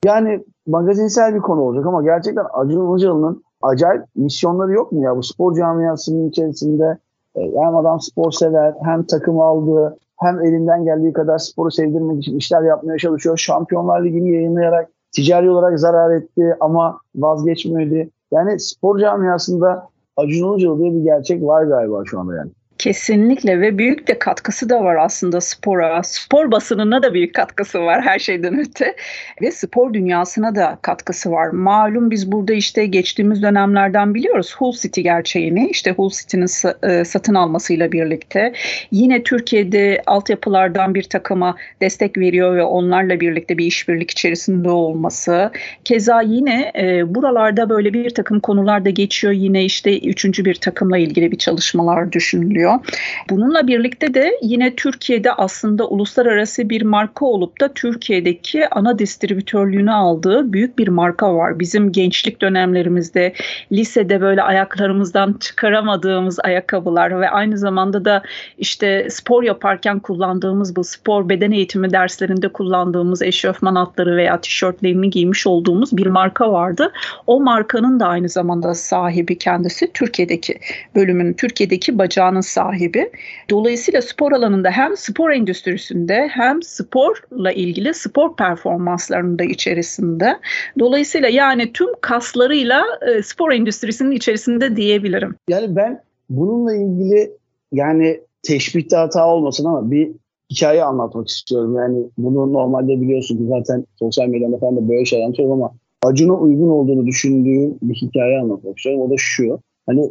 Yani magazinsel bir konu olacak ama gerçekten Acun Ilıcalı'nın acayip misyonları yok mu ya bu spor camiasının içerisinde? Hem adam spor sever, hem takım aldı, hem elinden geldiği kadar sporu sevdirmek için işler yapmaya çalışıyor. Şampiyonlar Ligi'ni yayınlayarak ticari olarak zarar etti ama vazgeçmedi. Yani spor camiasında Acun Ilıcalı diye bir gerçek var galiba şu anda yani. Kesinlikle ve büyük de katkısı da var aslında spora. Spor basınına da büyük katkısı var her şeyden öte ve spor dünyasına da katkısı var. Malum biz burada işte geçtiğimiz dönemlerden biliyoruz Hull City gerçeğini. İşte Hull City'nin satın almasıyla birlikte yine Türkiye'de altyapılardan bir takıma destek veriyor ve onlarla birlikte bir işbirlik içerisinde olması. Keza yine buralarda böyle bir takım konular da geçiyor. Yine işte 3. bir takımla ilgili bir çalışmalar düşünülüyor. Bununla birlikte de yine Türkiye'de aslında uluslararası bir marka olup da Türkiye'deki ana distribütörlüğünü aldığı büyük bir marka var. Bizim gençlik dönemlerimizde lisede böyle ayaklarımızdan çıkaramadığımız ayakkabılar ve aynı zamanda da işte spor yaparken kullandığımız bu spor beden eğitimi derslerinde kullandığımız eşofman altları veya tişörtlerini giymiş olduğumuz bir marka vardı. O markanın da aynı zamanda sahibi kendisi Türkiye'deki bölümünün, Türkiye'deki bacağının sahibi. Dolayısıyla spor alanında hem spor endüstrisinde hem sporla ilgili spor performanslarının da içerisinde. Dolayısıyla yani tüm kaslarıyla spor endüstrisinin içerisinde diyebilirim. Yani ben bununla ilgili yani teşbihte hata olmasın ama bir hikaye anlatmak istiyorum. Yani bunu normalde biliyorsun ki zaten sosyal medyada falan da böyle şeyler anlatıyorum ama Acun'a uygun olduğunu düşündüğüm bir hikaye anlatmak istiyorum. O da şu. Hani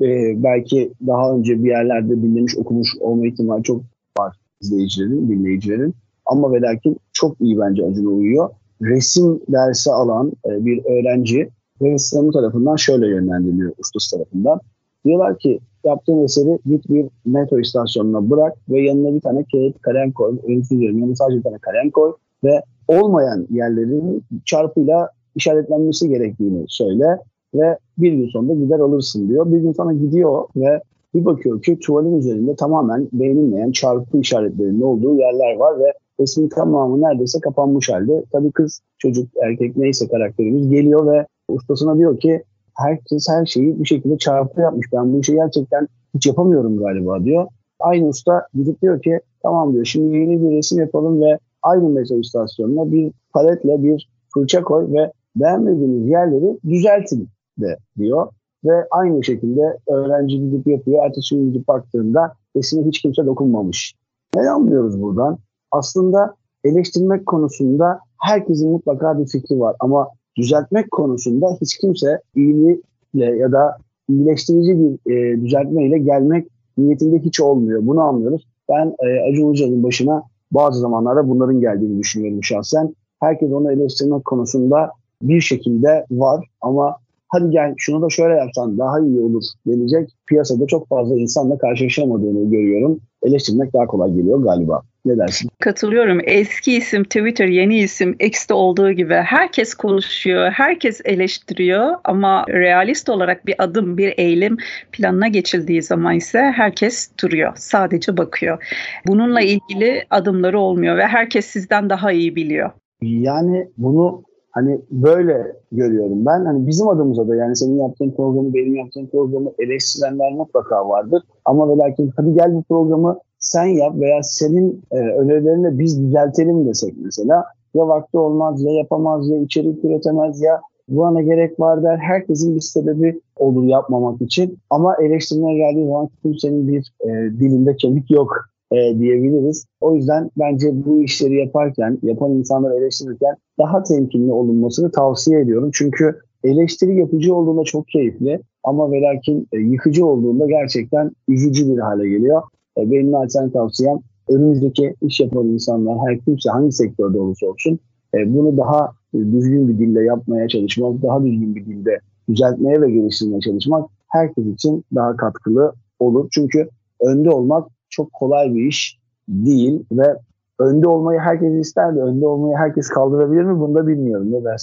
belki daha önce bir yerlerde dinlemiş, okumuş olma ihtimali çok var izleyicilerin, dinleyicilerin. Ama ve lakin çok iyi bence Acun'a uyuyor. Resim dersi alan bir öğrenci ressamı tarafından şöyle yönlendiriliyor, ustası tarafından. Diyorlar ki yaptığın eseri git bir metro istasyonuna bırak ve yanına bir tane kağıt kalem koy. Yanına sadece bir tane kalem koy ve olmayan yerlerin çarpıyla işaretlenmesi gerektiğini söyle. Ve bir gün sonra gider alırsın diyor. Bir gün sonra gidiyor ve bir bakıyor ki tuvalin üzerinde tamamen beğenilmeyen çarpı işaretlerinin olduğu yerler var ve resmin tamamı neredeyse kapanmış halde. Tabii kız, çocuk, erkek neyse karakterimiz geliyor ve ustasına diyor ki herkes her şeyi bir şekilde çarpı yapmış. Ben bu işi gerçekten hiç yapamıyorum galiba diyor. Aynı usta gidip diyor ki tamam diyor, şimdi yeni bir resim yapalım ve aynı metro istasyonuna bir paletle bir fırça koy ve beğenmediğiniz yerleri düzeltin de diyor. Ve aynı şekilde öğrenci gidip yapıyor. Ertesi gün gidip baktığında resme hiç kimse dokunmamış. Ne anlıyoruz buradan? Aslında eleştirmek konusunda herkesin mutlaka bir fikri var. Ama düzeltmek konusunda hiç kimse iyilikle ya da iyileştirici bir düzeltmeyle gelmek niyetinde hiç olmuyor. Bunu anlıyoruz. Ben Acun Ilıcalı'nın başına bazı zamanlarda bunların geldiğini düşünüyorum şahsen. Herkes onu eleştirmek konusunda bir şekilde var ama hadi gel şunu da şöyle yapsan daha iyi olur denecek piyasada çok fazla insanla karşılaşamadığını görüyorum. Eleştirmek daha kolay geliyor galiba. Ne dersin? Katılıyorum. Eski isim Twitter, yeni isim X'te olduğu gibi herkes konuşuyor, herkes eleştiriyor ama realist olarak bir adım, bir eylem planına geçildiği zaman ise herkes duruyor, sadece bakıyor. Bununla ilgili adımları olmuyor ve herkes sizden daha iyi biliyor. Yani bunu hani böyle görüyorum ben. Hani bizim adımıza da yani senin yaptığın programı, benim yaptığım programı eleştirenler mutlaka vardır. Ama ve lakin hadi gel bu programı sen yap veya senin önerilerini biz düzeltelim desek mesela. Ya vakti olmaz, ya yapamaz, ya içerik üretemez, ya buna ne gerek var der. Herkesin bir sebebi olur yapmamak için. Ama eleştirmeye geldiği zaman kimsenin bir dilinde kemik yok diyebiliriz. O yüzden bence bu işleri yaparken, yapan insanları eleştirirken daha temkinli olunmasını tavsiye ediyorum. Çünkü eleştiri yapıcı olduğunda çok keyifli ama ve lakin yıkıcı olduğunda gerçekten üzücü bir hale geliyor. Benim naçizane tavsiyem önümüzdeki iş yapan insanlar her kimse hangi sektörde olursa olsun bunu daha düzgün bir dille yapmaya çalışmak, daha düzgün bir dilde düzeltmeye ve geliştirmeye çalışmak herkes için daha katkılı olur. Çünkü önde olmak çok kolay bir iş değil ve önde olmayı herkes ister de önde olmayı herkes kaldırabilir mi bunu da bilmiyorum. Ne dersin?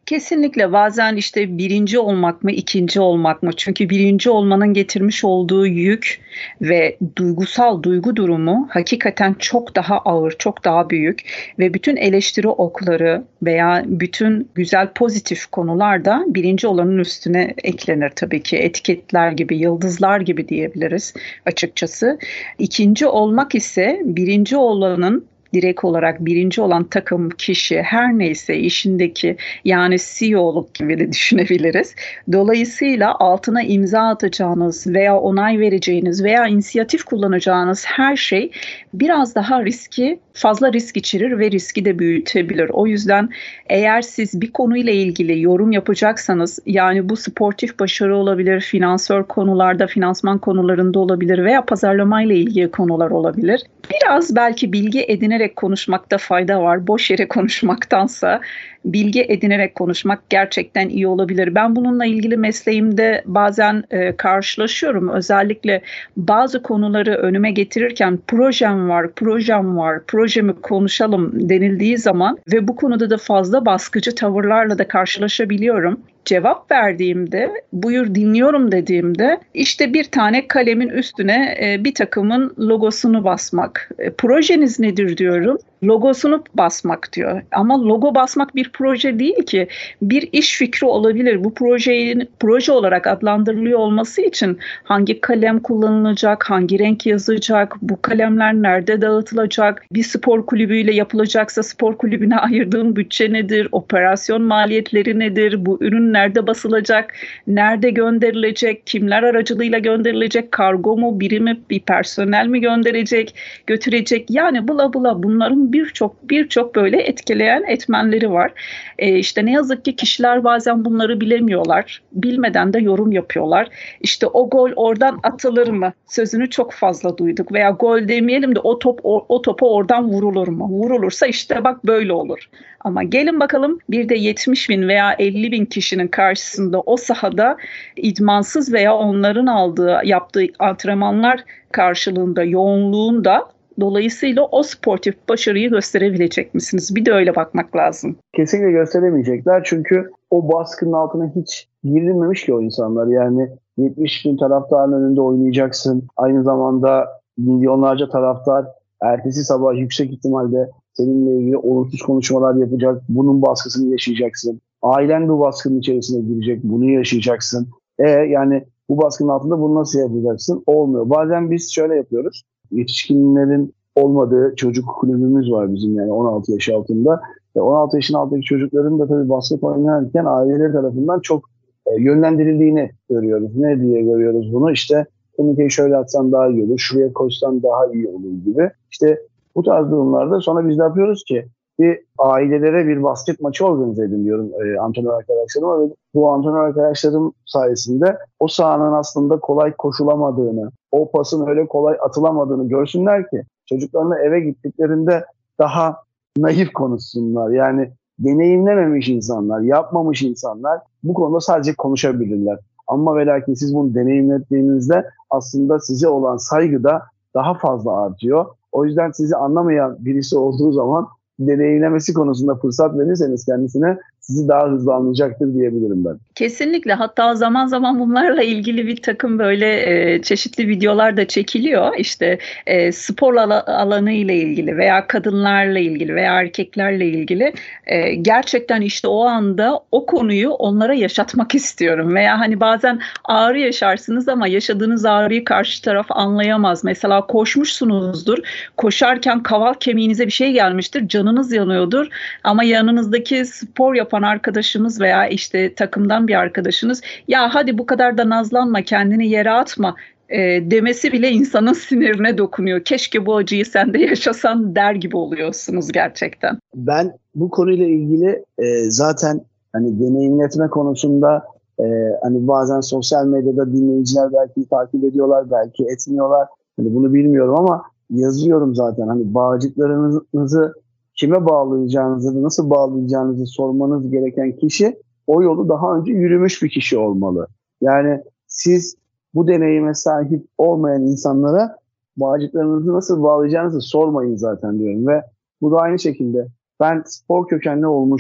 Kesinlikle bazen işte birinci olmak mı, ikinci olmak mı? Çünkü birinci olmanın getirmiş olduğu yük ve duygu durumu hakikaten çok daha ağır, çok daha büyük ve bütün eleştiri okları veya bütün güzel pozitif konular da birinci olanın üstüne eklenir tabii ki. Etiketler gibi, yıldızlar gibi diyebiliriz açıkçası. İkinci olmak ise birinci olanın direkt olarak birinci olan takım, kişi her neyse işindeki yani CEO'luk gibi de düşünebiliriz. Dolayısıyla altına imza atacağınız veya onay vereceğiniz veya inisiyatif kullanacağınız her şey biraz daha fazla risk içerir ve riski de büyütebilir. O yüzden eğer siz bir konuyla ilgili yorum yapacaksanız yani bu sportif başarı olabilir, finansör konularda, finansman konularında olabilir veya pazarlamayla ilgili konular olabilir. Biraz belki bilgi edinerek konuşmakta fayda var. Boş yere konuşmaktansa bilgi edinerek konuşmak gerçekten iyi olabilir. Ben bununla ilgili mesleğimde bazen karşılaşıyorum. Özellikle bazı konuları önüme getirirken projemi var, projemi konuşalım denildiği zaman ve bu konuda da fazla baskıcı tavırlarla da karşılaşabiliyorum. Cevap verdiğimde, buyur dinliyorum dediğimde işte bir tane kalemin üstüne bir takımın logosunu basmak. Projeniz nedir diyorum. Logosunu basmak diyor. Ama logo basmak bir proje değil ki. Bir iş fikri olabilir. Bu proje olarak adlandırılıyor olması için hangi kalem kullanılacak, hangi renk yazacak, bu kalemler nerede dağıtılacak, bir spor kulübüyle yapılacaksa spor kulübüne ayırdığım bütçe nedir, operasyon maliyetleri nedir, bu ürün nerede basılacak, nerede gönderilecek, kimler aracılığıyla gönderilecek, kargo mu, biri mi, bir personel mi götürecek. Yani bula bula bunların birçok böyle etkileyen etmenleri var. İşte ne yazık ki kişiler bazen bunları bilemiyorlar. Bilmeden de yorum yapıyorlar. İşte o gol oradan atılır mı? Sözünü çok fazla duyduk. Veya gol demeyelim de o topa oradan vurulur mu? Vurulursa işte bak böyle olur. Ama gelin bakalım bir de 70 bin veya 50 bin kişinin karşısında o sahada idmansız veya onların yaptığı antrenmanlar karşılığında, yoğunluğunda dolayısıyla o sportif başarıyı gösterebilecek misiniz? Bir de öyle bakmak lazım. Kesinlikle gösteremeyecekler çünkü o baskının altına hiç girilmemiş ki o insanlar. Yani 70 bin taraftarın önünde oynayacaksın. Aynı zamanda milyonlarca taraftar ertesi sabah yüksek ihtimalle seninle ilgili olumsuz konuşmalar yapacak. Bunun baskısını yaşayacaksın. Ailen bu baskının içerisine girecek. Bunu yaşayacaksın. Yani bu baskının altında bunu nasıl yapacaksın? Olmuyor. Bazen biz şöyle yapıyoruz. Yetişkinlerin olmadığı çocuk kulübümüz var bizim yani 16 yaş altında. 16 yaşın altındaki çocukların da tabii basket oynarken aileleri tarafından çok yönlendirildiğini görüyoruz. Ne diye görüyoruz bunu? İşte turnikeyi şöyle atsan daha iyi olur, şuraya koysan daha iyi olur gibi. İşte bu tarz durumlarda sonra biz ne yapıyoruz ki? Bir ailelere bir basket maçı organize edin diyorum antrenör arkadaşlarıma ve bu antrenör arkadaşlarım sayesinde o sahanın aslında kolay koşulamadığını, o pasın öyle kolay atılamadığını görsünler ki çocuklarına eve gittiklerinde daha naif konuşsunlar. Yani deneyimlememiş insanlar, yapmamış insanlar bu konuda sadece konuşabilirler. Ama ve lakin siz bunu deneyimlettiğinizde aslında size olan saygı da daha fazla artıyor. O yüzden sizi anlamayan birisi olduğu zaman deneyimlemesi konusunda fırsat verirseniz kendisine sizi daha hızlı anlayacaktır diyebilirim ben. Kesinlikle. Hatta zaman zaman bunlarla ilgili bir takım böyle çeşitli videolar da çekiliyor. İşte spor alanı ile ilgili veya kadınlarla ilgili veya erkeklerle ilgili gerçekten işte o anda o konuyu onlara yaşatmak istiyorum. Veya hani bazen ağrı yaşarsınız ama yaşadığınız ağrıyı karşı taraf anlayamaz. Mesela koşmuşsunuzdur. Koşarken kaval kemiğinize bir şey gelmiştir. Canınız yanıyordur. Ama yanınızdaki spor yapan arkadaşınız veya işte takımdan bir arkadaşınız ya hadi bu kadar da nazlanma kendini yere atma demesi bile insanın sinirine dokunuyor. Keşke bu acıyı sen de yaşasan der gibi oluyorsunuz gerçekten. Ben bu konuyla ilgili zaten hani deneyimletme konusunda hani bazen sosyal medyada dinleyiciler belki takip ediyorlar belki etmiyorlar. Hani bunu bilmiyorum ama yazıyorum zaten. Hani bağcıklarınızı kime bağlayacağınızı, nasıl bağlayacağınızı sormanız gereken kişi o yolu daha önce yürümüş bir kişi olmalı. Yani siz bu deneyime sahip olmayan insanlara bağcıklarınızı nasıl bağlayacağınızı sormayın zaten diyorum. Ve bu da aynı şekilde ben spor kökenli olmuş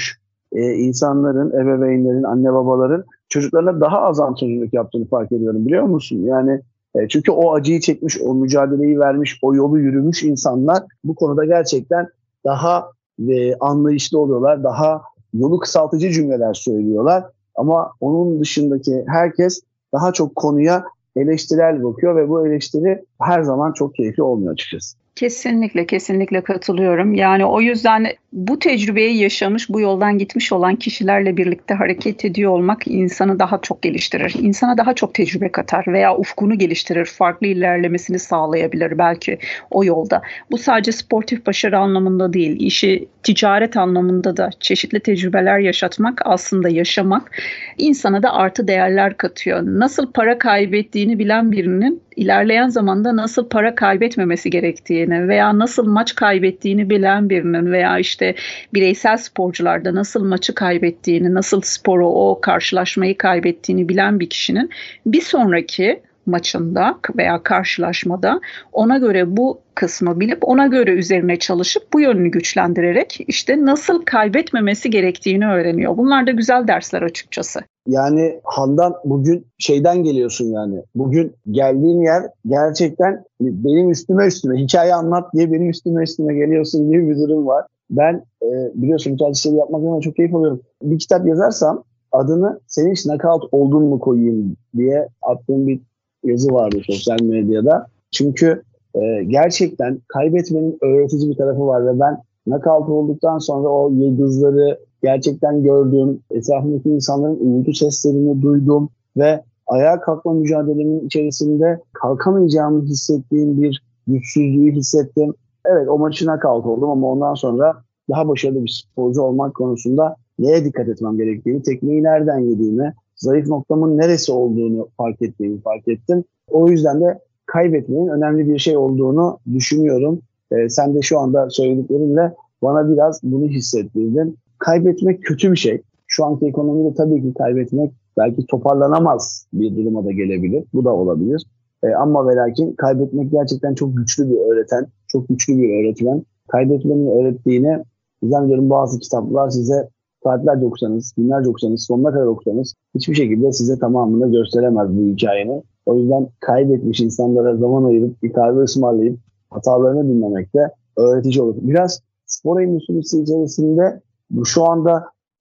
insanların, ebeveynlerin, anne babaların çocuklarına daha az antrenörlük yaptığını fark ediyorum, biliyor musun? Yani çünkü o acıyı çekmiş, o mücadeleyi vermiş, o yolu yürümüş insanlar bu konuda gerçekten daha anlayışlı oluyorlar, daha yolu kısaltıcı cümleler söylüyorlar. Ama onun dışındaki herkes daha çok konuya eleştirel bakıyor ve bu eleştiri her zaman çok keyifli olmuyor açıkçası. Kesinlikle katılıyorum. Yani o yüzden bu tecrübeyi yaşamış, bu yoldan gitmiş olan kişilerle birlikte hareket ediyor olmak insanı daha çok geliştirir. İnsana daha çok tecrübe katar veya ufkunu geliştirir, farklı ilerlemesini sağlayabilir belki o yolda. Bu sadece sportif başarı anlamında değil, işi ticaret anlamında da çeşitli tecrübeler yaşatmak, aslında yaşamak insana da artı değerler katıyor. Nasıl para kaybettiğini bilen birinin ilerleyen zamanda nasıl para kaybetmemesi gerektiğini veya nasıl maç kaybettiğini bilen birinin veya işte bireysel sporcularda nasıl maçı kaybettiğini, nasıl sporu, o karşılaşmayı kaybettiğini bilen bir kişinin bir sonraki maçında veya karşılaşmada ona göre bu kısmı bilip ona göre üzerine çalışıp bu yönünü güçlendirerek işte nasıl kaybetmemesi gerektiğini öğreniyor. Bunlar da güzel dersler açıkçası. Yani Handan, bugün şeyden geliyorsun yani. Bugün geldiğin yer gerçekten benim üstüme hikaye anlat diye benim üstüme geliyorsun gibi bir durum var. Ben biliyorsun bu tarz şeyleri yapmaktan çok keyif alıyorum. Bir kitap yazarsam adını "Senin hiç knockout oldun mu" koyayım diye attığım bir yazı vardı sosyal medyada. Çünkü gerçekten kaybetmenin öğretici bir tarafı var ve ben knockout olduktan sonra o yıldızları gerçekten gördüm. Etrafımdaki insanların uğultu seslerini duydum ve ayağa kalkma mücadelemin içerisinde kalkamayacağımı hissettiğim bir güçsüzlüğü hissettim. Evet, o maçı knockout oldum ama ondan sonra daha başarılı bir sporcu olmak konusunda neye dikkat etmem gerektiğini, tekmeyi nereden yediğimi, zayıf noktamın neresi olduğunu fark ettim. O yüzden de kaybetmenin önemli bir şey olduğunu düşünüyorum. Sen de şu anda söylediklerinle bana biraz bunu hissettirdin. Kaybetmek kötü bir şey. Şu anki ekonomide tabii ki kaybetmek belki toparlanamaz bir duruma da gelebilir. Bu da olabilir. Ama ve lakin kaybetmek gerçekten çok güçlü bir öğreten, çok güçlü bir öğretmen. Kaybetmenin öğrettiğini zannediyorum bazı kitaplar size saatlerce okusanız, günlerce okusanız, sonuna kadar okusanız hiçbir şekilde size tamamını gösteremez bu hikayenin. O yüzden kaybetmiş insanlara zaman ayırıp bir kahve ısmarlayıp hatalarını dinlemek de öğretici olur. Biraz spor endüstrisi içerisinde şu anda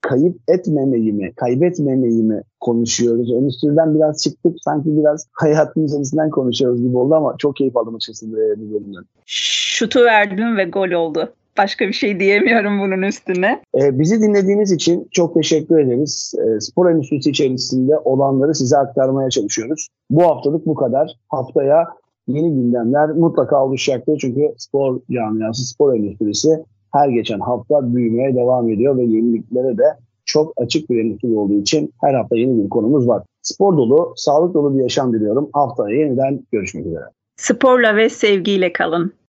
kaybetmemeyi mi konuşuyoruz? Endüstriden biraz çıktık, sanki biraz hayatın içerisinden konuşuyoruz gibi oldu ama çok keyif aldım açıkçası bu bölümden. Şutu verdim ve gol oldu. Başka bir şey diyemiyorum bunun üstüne. Bizi dinlediğiniz için çok teşekkür ederiz. Spor endüstrisi içerisinde olanları size aktarmaya çalışıyoruz. Bu haftalık bu kadar. Haftaya yeni gündemler mutlaka oluşacaktır. Çünkü spor camiası, spor endüstrisi her geçen hafta büyümeye devam ediyor ve yeniliklere de çok açık bir endüstri olduğu için her hafta yeni bir konumuz var. Spor dolu, sağlık dolu bir yaşam diliyorum. Haftaya yeniden görüşmek üzere. Sporla ve sevgiyle kalın.